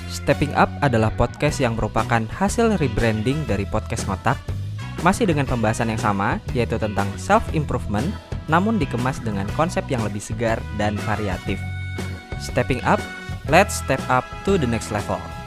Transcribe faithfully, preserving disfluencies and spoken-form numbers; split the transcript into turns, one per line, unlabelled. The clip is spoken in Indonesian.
Stepping Up adalah podcast yang merupakan hasil rebranding dari Podcast Ngotak, masih dengan pembahasan yang sama, yaitu tentang self-improvement, namun dikemas dengan konsep yang lebih segar dan variatif. Stepping Up, let's step up to the next level.